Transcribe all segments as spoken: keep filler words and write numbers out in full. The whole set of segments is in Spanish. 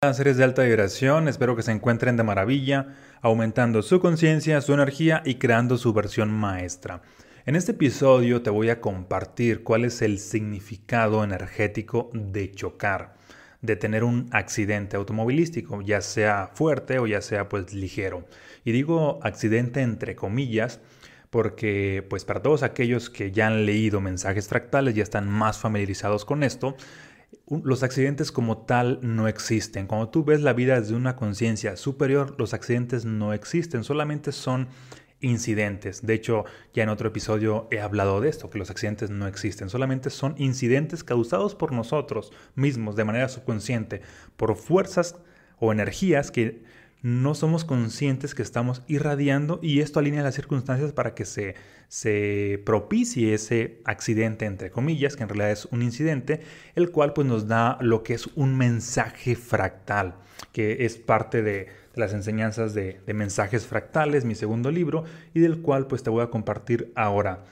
Seres de alta vibración, espero que se encuentren de maravilla, aumentando su conciencia, su energía y creando su versión maestra. En este episodio te voy a compartir cuál es el significado energético de chocar, de tener un accidente automovilístico, ya sea fuerte o ya sea pues ligero. Y digo accidente entre comillas, porque pues para todos aquellos que ya han leído mensajes fractales, ya están más familiarizados con esto. Los accidentes como tal no existen. Cuando tú ves la vida desde una conciencia superior, los accidentes no existen, solamente son incidentes. De hecho, ya en otro episodio he hablado de esto, que los accidentes no existen, solamente son incidentes causados por nosotros mismos de manera subconsciente, por fuerzas o energías que no somos conscientes que estamos irradiando, y esto alinea las circunstancias para que se, se propicie ese accidente, entre comillas, que en realidad es un incidente, el cual pues nos da lo que es un mensaje fractal, que es parte de, de las enseñanzas de, de mensajes fractales, mi segundo libro, y del cual pues te voy a compartir ahora.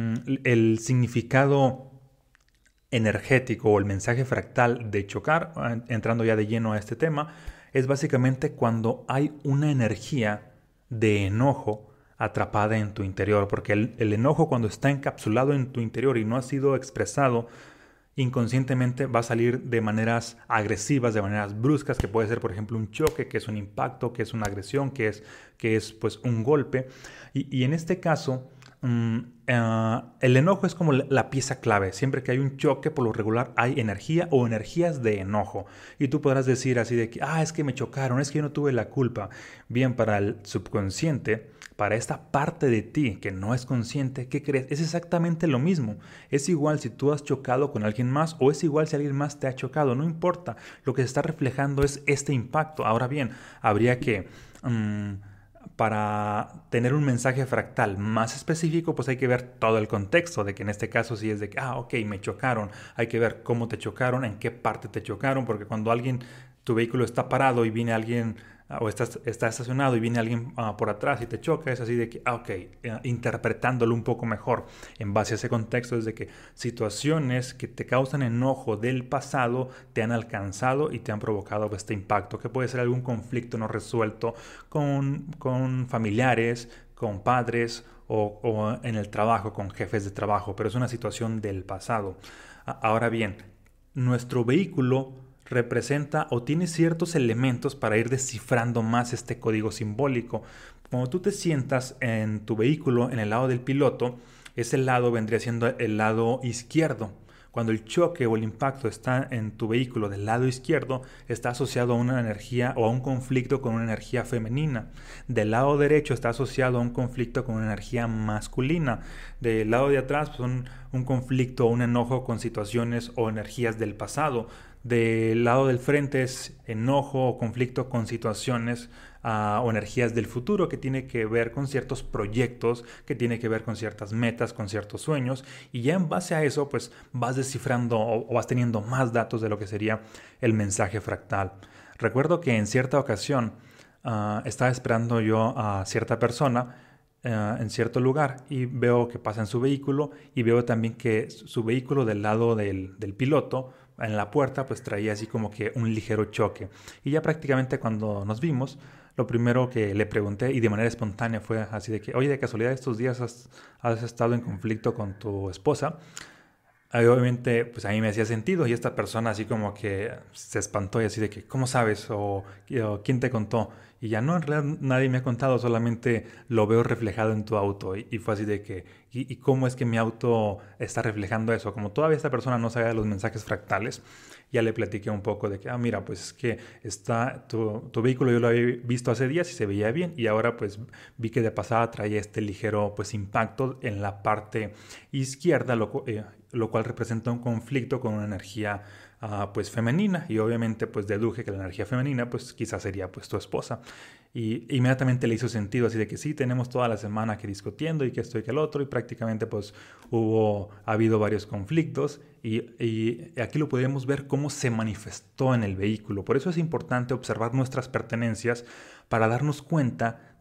El significado energético o el mensaje fractal de chocar, entrando ya de lleno a este tema, es básicamente cuando hay una energía de enojo atrapada en tu interior, porque el, el enojo, cuando está encapsulado en tu interior y no ha sido expresado inconscientemente, va a salir de maneras agresivas, de maneras bruscas, que puede ser por ejemplo un choque, que es un impacto, que es una agresión, que es, que es pues un golpe, y, y en este caso um, uh, el enojo es como la, la pieza clave. Siempre que hay un choque, por lo regular hay energía o energías de enojo, y tú podrás decir así de que, ah, es que me chocaron, es que yo no tuve la culpa. Bien, para el subconsciente, para esta parte de ti que no es consciente, ¿qué crees? Es exactamente lo mismo. Es igual si tú has chocado con alguien más, o es igual si alguien más te ha chocado, no importa. Lo que se está reflejando es este impacto. Ahora bien, habría que... Um, para tener un mensaje fractal más específico, pues hay que ver todo el contexto, de que en este caso sí es de que, ah, ok, me chocaron. Hay que ver cómo te chocaron, en qué parte te chocaron, porque cuando alguien, tu vehículo está parado y viene alguien, o está, está estacionado y viene alguien uh, por atrás y te choca, es así de que, ah, ok, uh, interpretándolo un poco mejor en base a ese contexto, es de que situaciones que te causan enojo del pasado te han alcanzado y te han provocado este impacto, que puede ser algún conflicto no resuelto con, con familiares, con padres o, o en el trabajo, con jefes de trabajo, pero es una situación del pasado. Ahora bien, nuestro vehículo representa o tiene ciertos elementos para ir descifrando más este código simbólico. Cuando tú te sientas en tu vehículo, en el lado del piloto, ese lado vendría siendo el lado izquierdo. Cuando el choque o el impacto está en tu vehículo del lado izquierdo, está asociado a una energía o a un conflicto con una energía femenina. Del lado derecho está asociado a un conflicto con una energía masculina. Del lado de atrás, pues, un, un conflicto o un enojo con situaciones o energías del pasado. Del lado del frente es enojo o conflicto con situaciones uh, o energías del futuro, que tiene que ver con ciertos proyectos, que tiene que ver con ciertas metas, con ciertos sueños, y ya en base a eso pues vas descifrando o, o vas teniendo más datos de lo que sería el mensaje fractal. Recuerdo que en cierta ocasión uh, estaba esperando yo a cierta persona Uh, en cierto lugar, y veo que pasa en su vehículo, y veo también que su vehículo del lado del, del piloto, en la puerta, pues traía así como que un ligero choque. Y ya prácticamente cuando nos vimos, lo primero que le pregunté, y de manera espontánea, fue así de que, oye, de casualidad estos días has, has estado en conflicto con tu esposa. Ahí, obviamente, pues a mí me hacía sentido, y esta persona así como que se espantó y así de que, ¿cómo sabes? O, o ¿quién te contó? Y ya no, en realidad nadie me ha contado, solamente lo veo reflejado en tu auto. Y, y fue así de que, ¿y, ¿y cómo es que mi auto está reflejando eso? Como todavía esta persona no sabía de los mensajes fractales, ya le platiqué un poco de que, ah, mira, pues es que está tu, tu vehículo, yo lo había visto hace días y se veía bien, y ahora pues vi que de pasada traía este ligero pues impacto en la parte izquierda, lo, eh, lo cual representa un conflicto con una energía uh, pues femenina, y obviamente pues deduje que la energía femenina pues quizás sería pues tu esposa. Y inmediatamente le hizo sentido, así de que sí, tenemos toda la semana que discutiendo y que esto y que el otro, y prácticamente pues hubo, ha habido varios conflictos, y, y aquí lo podemos ver cómo se manifestó en el vehículo. Por eso es importante observar nuestras pertenencias para darnos cuenta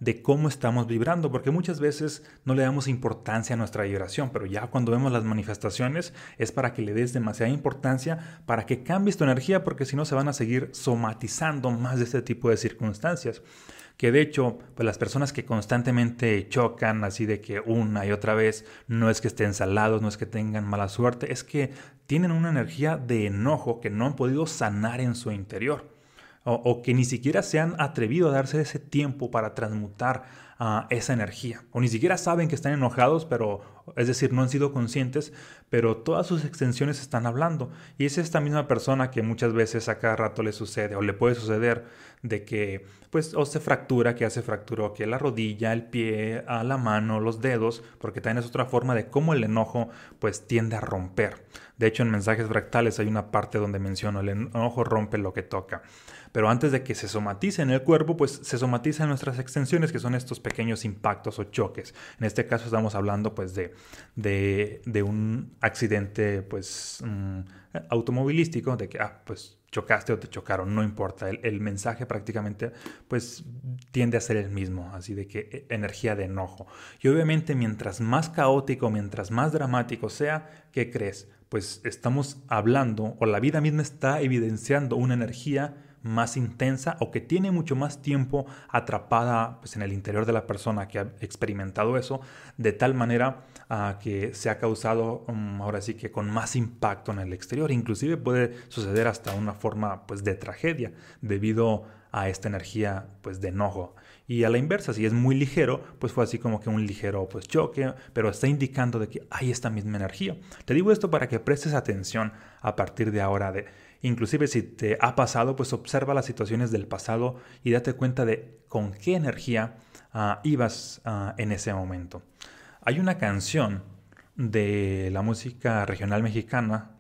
de cómo estamos vibrando, porque muchas veces no le damos importancia a nuestra vibración, pero ya cuando vemos las manifestaciones es para que le des demasiada importancia, para que cambies tu energía, porque si no se van a seguir somatizando más de este tipo de circunstancias. Que de hecho, pues las personas que constantemente chocan así de que una y otra vez, no es que estén salados, no es que tengan mala suerte, es que tienen una energía de enojo que no han podido sanar en su interior. O, o que ni siquiera se han atrevido a darse ese tiempo para transmutar uh, esa energía. O ni siquiera saben que están enojados, pero, es decir, no han sido conscientes, pero todas sus extensiones están hablando. Y es esta misma persona que muchas veces a cada rato le sucede, o le puede suceder, de que pues o se fractura, que ya se fracturó que la rodilla, el pie, a la mano, los dedos, porque también es otra forma de cómo el enojo pues tiende a romper. De hecho, en Mensajes Fractales hay una parte donde menciono el enojo rompe lo que toca. Pero antes de que se somatice en el cuerpo, pues se somatiza en nuestras extensiones, que son estos pequeños impactos o choques. En este caso estamos hablando pues de, de, de un accidente pues um, automovilístico, de que ah, pues chocaste o te chocaron, no importa. El, el mensaje prácticamente pues tiende a ser el mismo, así de que energía de enojo. Y obviamente mientras más caótico, mientras más dramático sea, ¿qué crees? Pues estamos hablando, o la vida misma está evidenciando una energía más intensa o que tiene mucho más tiempo atrapada pues, en el interior de la persona que ha experimentado eso, de tal manera uh, que se ha causado um, ahora sí que con más impacto en el exterior. Inclusive puede suceder hasta una forma pues, de tragedia debido a esta energía pues, de enojo. Y a la inversa, si es muy ligero, pues fue así como que un ligero pues, choque, pero está indicando de que hay esta misma energía. Te digo esto para que prestes atención a partir de ahora. De, inclusive si te ha pasado, pues observa las situaciones del pasado y date cuenta de con qué energía uh, ibas uh, en ese momento. Hay una canción de la música regional mexicana,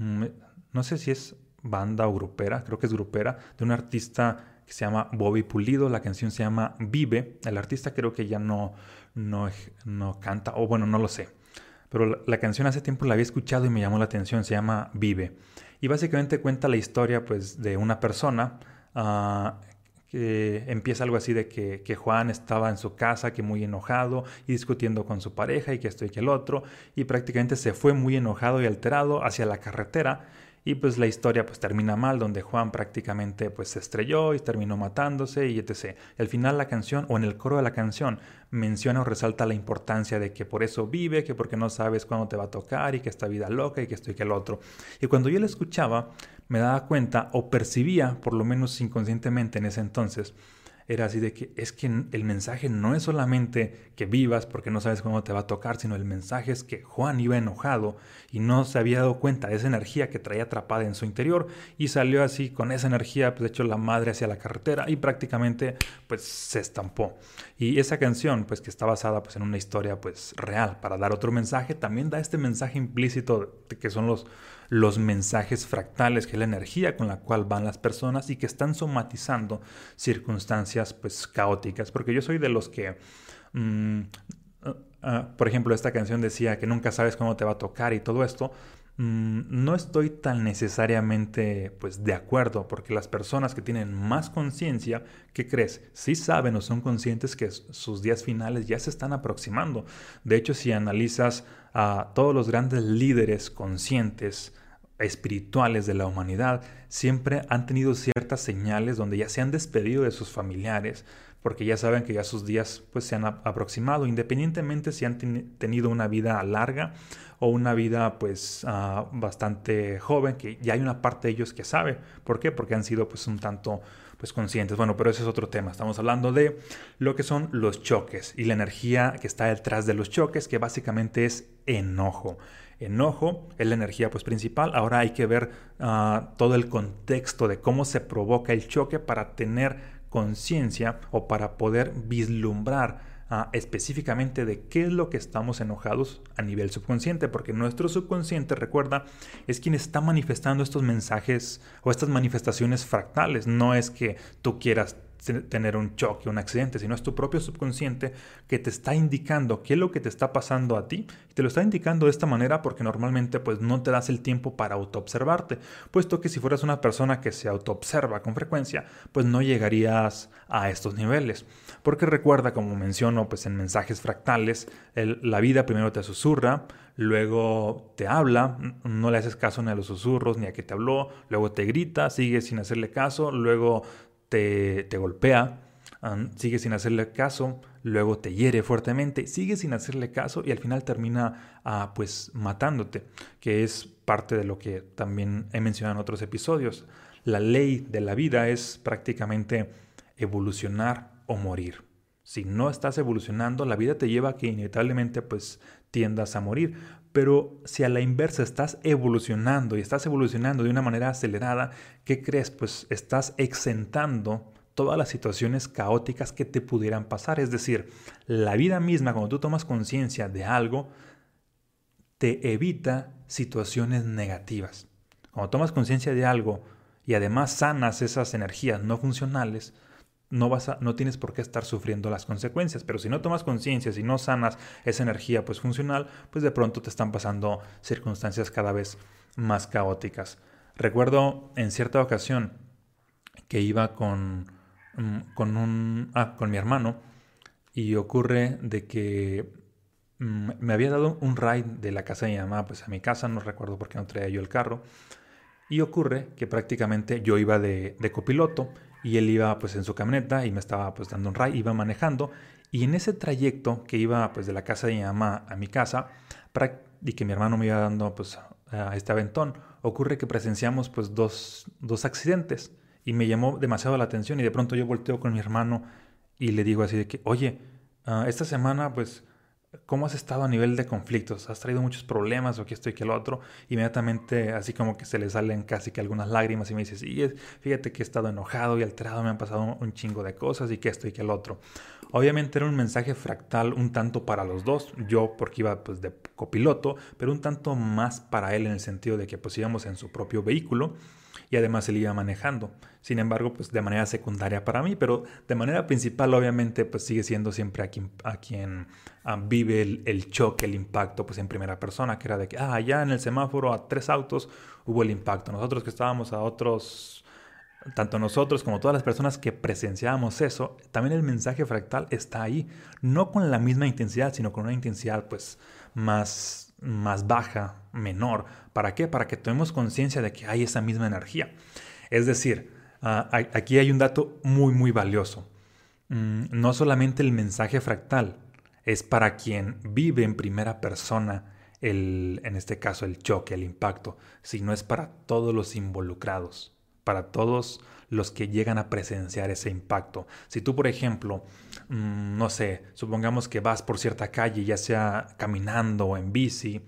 no sé si es banda o grupera, creo que es grupera, de un artista que se llama Bobby Pulido. La canción se llama Vive. El artista creo que ya no, no, no canta, o bueno, no lo sé. Pero la, la canción hace tiempo la había escuchado y me llamó la atención. Se llama Vive. Y básicamente cuenta la historia pues, de una persona uh, que empieza algo así de que, que Juan estaba en su casa, que muy enojado y discutiendo con su pareja y que esto y que el otro. Y prácticamente se fue muy enojado y alterado hacia la carretera. Y pues la historia pues termina mal, donde Juan prácticamente pues se estrelló y terminó matándose y etcétera. Al final la canción, o en el coro de la canción, menciona o resalta la importancia de que por eso vive, que porque no sabes cuándo te va a tocar y que esta vida loca y que esto y que el otro. Y cuando yo la escuchaba, me daba cuenta o percibía, por lo menos inconscientemente en ese entonces, era así de que es que el mensaje no es solamente que vivas porque no sabes cuándo te va a tocar, sino el mensaje es que Juan iba enojado y no se había dado cuenta de esa energía que traía atrapada en su interior y salió así con esa energía, pues de hecho la madre hacia la carretera y prácticamente pues se estampó. Y esa canción pues que está basada pues en una historia pues real para dar otro mensaje, también da este mensaje implícito de que son los los mensajes fractales, que es la energía con la cual van las personas y que están somatizando circunstancias pues caóticas, porque yo soy de los que mmm, uh, uh, por ejemplo esta canción decía que nunca sabes cuándo te va a tocar y todo esto. No estoy tan necesariamente pues, de acuerdo, porque las personas que tienen más conciencia, ¿qué crees? Sí saben o son conscientes que sus días finales ya se están aproximando. De hecho, si analizas a todos los grandes líderes conscientes, espirituales de la humanidad, siempre han tenido ciertas señales donde ya se han despedido de sus familiares, porque ya saben que ya sus días pues, se han aproximado, independientemente si han ten- tenido una vida larga o una vida pues uh, bastante joven, que ya hay una parte de ellos que sabe. ¿Por qué? Porque han sido pues un tanto pues conscientes. Bueno, pero ese es otro tema. Estamos hablando de lo que son los choques y la energía que está detrás de los choques, que básicamente es enojo. Enojo es la energía pues principal. Ahora hay que ver uh, todo el contexto de cómo se provoca el choque para tener conciencia o para poder vislumbrar uh, específicamente de qué es lo que estamos enojados a nivel subconsciente, porque nuestro subconsciente, recuerda, es quien está manifestando estos mensajes o estas manifestaciones fractales. No es que tú quieras tener un choque, un accidente, sino es tu propio subconsciente que te está indicando qué es lo que te está pasando a ti. Y te lo está indicando de esta manera porque normalmente pues no te das el tiempo para autoobservarte, puesto que si fueras una persona que se autoobserva con frecuencia, pues no llegarías a estos niveles. Porque recuerda, como menciono pues en mensajes fractales, el, la vida primero te susurra, luego te habla, no le haces caso ni a los susurros ni a que te habló, luego te grita, sigues sin hacerle caso, luego te, te golpea, um, sigues sin hacerle caso, luego te hiere fuertemente, sigues sin hacerle caso y al final termina uh, pues matándote, que es parte de lo que también he mencionado en otros episodios. La ley de la vida es prácticamente evolucionar o morir. Si no estás evolucionando, la vida te lleva a que inevitablemente pues tiendas a morir. Pero si a la inversa estás evolucionando y estás evolucionando de una manera acelerada, ¿qué crees? Pues estás exentando todas las situaciones caóticas que te pudieran pasar. Es decir, la vida misma, cuando tú tomas conciencia de algo, te evita situaciones negativas. Cuando tomas conciencia de algo y además sanas esas energías no funcionales, No, vas a, no tienes por qué estar sufriendo las consecuencias, pero si no tomas conciencia, si no sanas esa energía pues funcional, pues de pronto te están pasando circunstancias cada vez más caóticas. Recuerdo en cierta ocasión que iba con, con, un, ah, con mi hermano y ocurre de que mm, me había dado un ride de la casa de mi mamá pues a mi casa, no recuerdo por qué no traía yo el carro. Y ocurre que prácticamente yo iba de, de copiloto y él iba pues en su camioneta y me estaba pues dando un ride, iba manejando y en ese trayecto que iba pues de la casa de mi mamá a mi casa y que mi hermano me iba dando pues a este aventón, ocurre que presenciamos pues dos, dos accidentes y me llamó demasiado la atención y de pronto yo volteo con mi hermano y le digo así de que, oye, uh, esta semana pues ¿cómo has estado a nivel de conflictos? ¿Has traído muchos problemas o que esto y que lo otro? Inmediatamente así como que se le salen casi que algunas lágrimas y me dice, sí, fíjate que he estado enojado y alterado, me han pasado un, un chingo de cosas y que esto y que lo otro. Obviamente era un mensaje fractal un tanto para los dos, yo porque iba pues de copiloto, pero un tanto más para él en el sentido de que pues íbamos en su propio vehículo y además él iba manejando. Sin embargo, pues de manera secundaria para mí, pero de manera principal obviamente pues sigue siendo siempre a quien, a quien um, vive el, el choque, el impacto pues en primera persona, que era de que, ah, allá en el semáforo a tres autos hubo el impacto. Nosotros que estábamos a otros, tanto nosotros como todas las personas que presenciábamos eso, también el mensaje fractal está ahí, no con la misma intensidad, sino con una intensidad pues más más baja, menor. ¿Para qué? Para que tomemos conciencia de que hay esa misma energía. Es decir, uh, aquí hay un dato muy, muy valioso. Mm, no solamente el mensaje fractal es para quien vive en primera persona, el, en este caso el choque, el impacto, sino es para todos los involucrados, para todos los que llegan a presenciar ese impacto. Si tú, por ejemplo, mmm, no sé, supongamos que vas por cierta calle, ya sea caminando o en bici,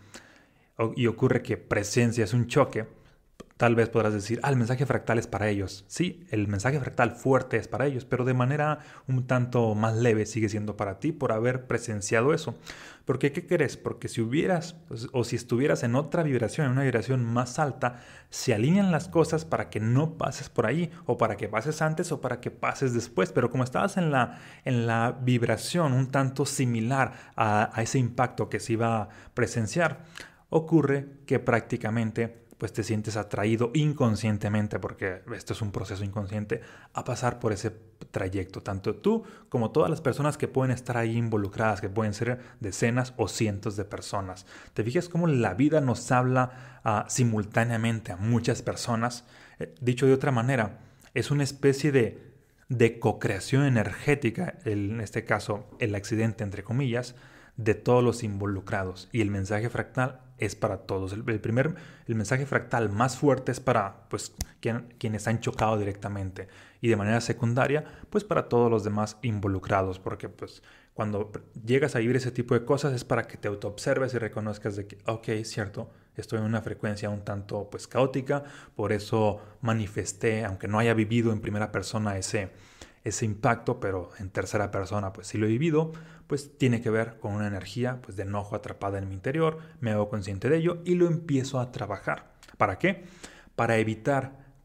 y ocurre que presencias un choque, tal vez podrás decir, ah, el mensaje fractal es para ellos. Sí, el mensaje fractal fuerte es para ellos, pero de manera un tanto más leve sigue siendo para ti por haber presenciado eso. Porque, ¿qué crees? Porque si hubieras, o si estuvieras en otra vibración, en una vibración más alta, se alinean las cosas para que no pases por ahí, o para que pases antes, o para que pases después. Pero como estabas en la, en la vibración un tanto similar a, a ese impacto que se iba a presenciar, ocurre que prácticamente pues te sientes atraído inconscientemente, porque esto es un proceso inconsciente, a pasar por ese trayecto. Tanto tú como todas las personas que pueden estar ahí involucradas, que pueden ser decenas o cientos de personas. ¿Te fijas cómo la vida nos habla uh, simultáneamente a muchas personas? Eh, dicho de otra manera, es una especie de, de co-creación energética, el, en este caso el accidente entre comillas, de todos los involucrados. Y el mensaje fractal es para todos. El, el primer, el mensaje fractal más fuerte es para pues, quien, quienes han chocado directamente. Y de manera secundaria, pues para todos los demás involucrados. Porque pues cuando llegas a vivir ese tipo de cosas es para que te autoobserves y reconozcas de que, ok, es cierto, estoy en una frecuencia un tanto pues caótica. Por eso manifesté, aunque no haya vivido en primera persona ese ese impacto, pero en tercera persona pues sí lo he vivido, pues tiene que ver con una energía pues de enojo atrapada en mi interior, me hago consciente de ello y lo empiezo a trabajar. ¿Para qué? Para evitar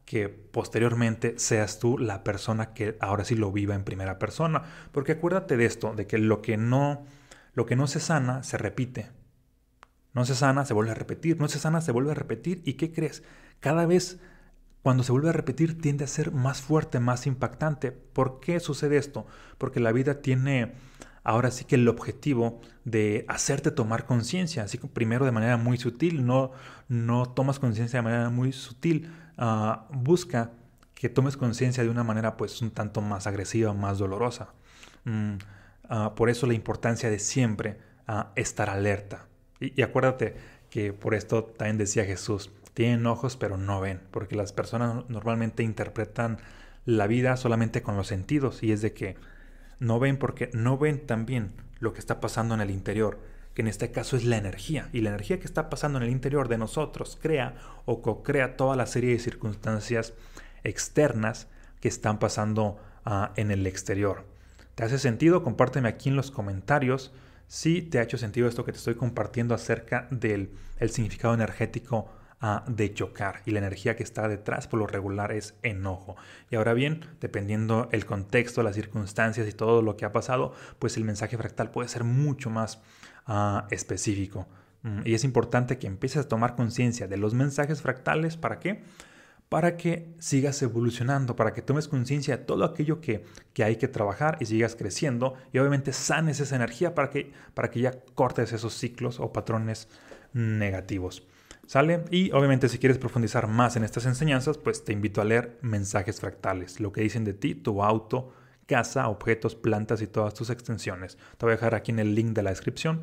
que posteriormente seas tú la persona que ahora sí lo viva en primera persona. Porque acuérdate de esto, de que lo que no, lo que no se sana se repite. No se sana, se vuelve a repetir, no se sana, se vuelve a repetir. ¿Y qué crees? Cada vez cuando se vuelve a repetir tiende a ser más fuerte, más impactante. ¿Por qué sucede esto? Porque la vida tiene ahora sí que el objetivo de hacerte tomar conciencia, así que primero de manera muy sutil, no, no tomas conciencia de manera muy sutil, uh, busca que tomes conciencia de una manera pues un tanto más agresiva, más dolorosa. Mm, uh, por eso la importancia de siempre uh, estar alerta. Y, y acuérdate que por esto también decía Jesús, tienen ojos pero no ven, porque las personas normalmente interpretan la vida solamente con los sentidos, y es de que no ven porque no ven también lo que está pasando en el interior, que en este caso es la energía, y la energía que está pasando en el interior de nosotros crea o co-crea toda la serie de circunstancias externas que están pasando uh, en el exterior. ¿Te hace sentido? Compárteme aquí en los comentarios si te ha hecho sentido esto que te estoy compartiendo acerca del el significado energético Uh, de chocar, y la energía que está detrás por lo regular es enojo. Y ahora bien, dependiendo el contexto, las circunstancias y todo lo que ha pasado, pues el mensaje fractal puede ser mucho más uh, específico. Mm, y es importante que empieces a tomar conciencia de los mensajes fractales. ¿Para qué? Para que sigas evolucionando, para que tomes conciencia de todo aquello que, que hay que trabajar y sigas creciendo, y obviamente sanes esa energía para que, para que ya cortes esos ciclos o patrones negativos. ¿Sale? Y obviamente si quieres profundizar más en estas enseñanzas, pues te invito a leer Mensajes Fractales, lo que dicen de ti, tu auto, casa, objetos, plantas y todas tus extensiones. Te voy a dejar aquí en el link de la descripción,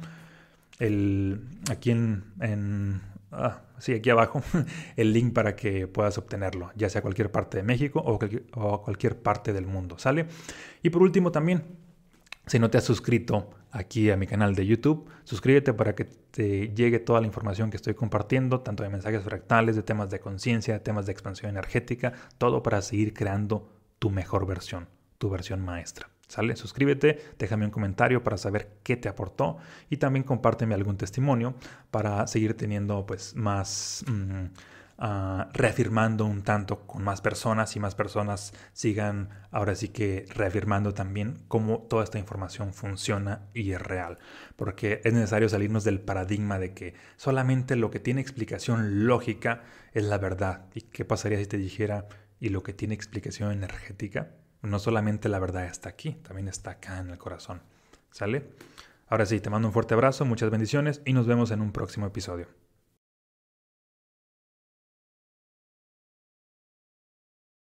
el, aquí en, en ah, sí, aquí abajo, el link para que puedas obtenerlo, ya sea cualquier parte de México o, o cualquier parte del mundo. ¿Sale? Y por último también, si no te has suscrito aquí a mi canal de YouTube, suscríbete para que te llegue toda la información que estoy compartiendo, tanto de mensajes fractales, de temas de conciencia, temas de expansión energética, todo para seguir creando tu mejor versión, tu versión maestra. ¿Sale? Suscríbete, déjame un comentario para saber qué te aportó, y también compárteme algún testimonio para seguir teniendo pues más... Mmm, Uh, reafirmando un tanto con más personas, y más personas sigan ahora sí que reafirmando también cómo toda esta información funciona y es real, porque es necesario salirnos del paradigma de que solamente lo que tiene explicación lógica es la verdad. ¿Y qué pasaría si te dijera, y lo que tiene explicación energética? No solamente la verdad está aquí, también está acá en el corazón. ¿Sale? Ahora sí, te mando un fuerte abrazo, muchas bendiciones, y nos vemos en un próximo episodio.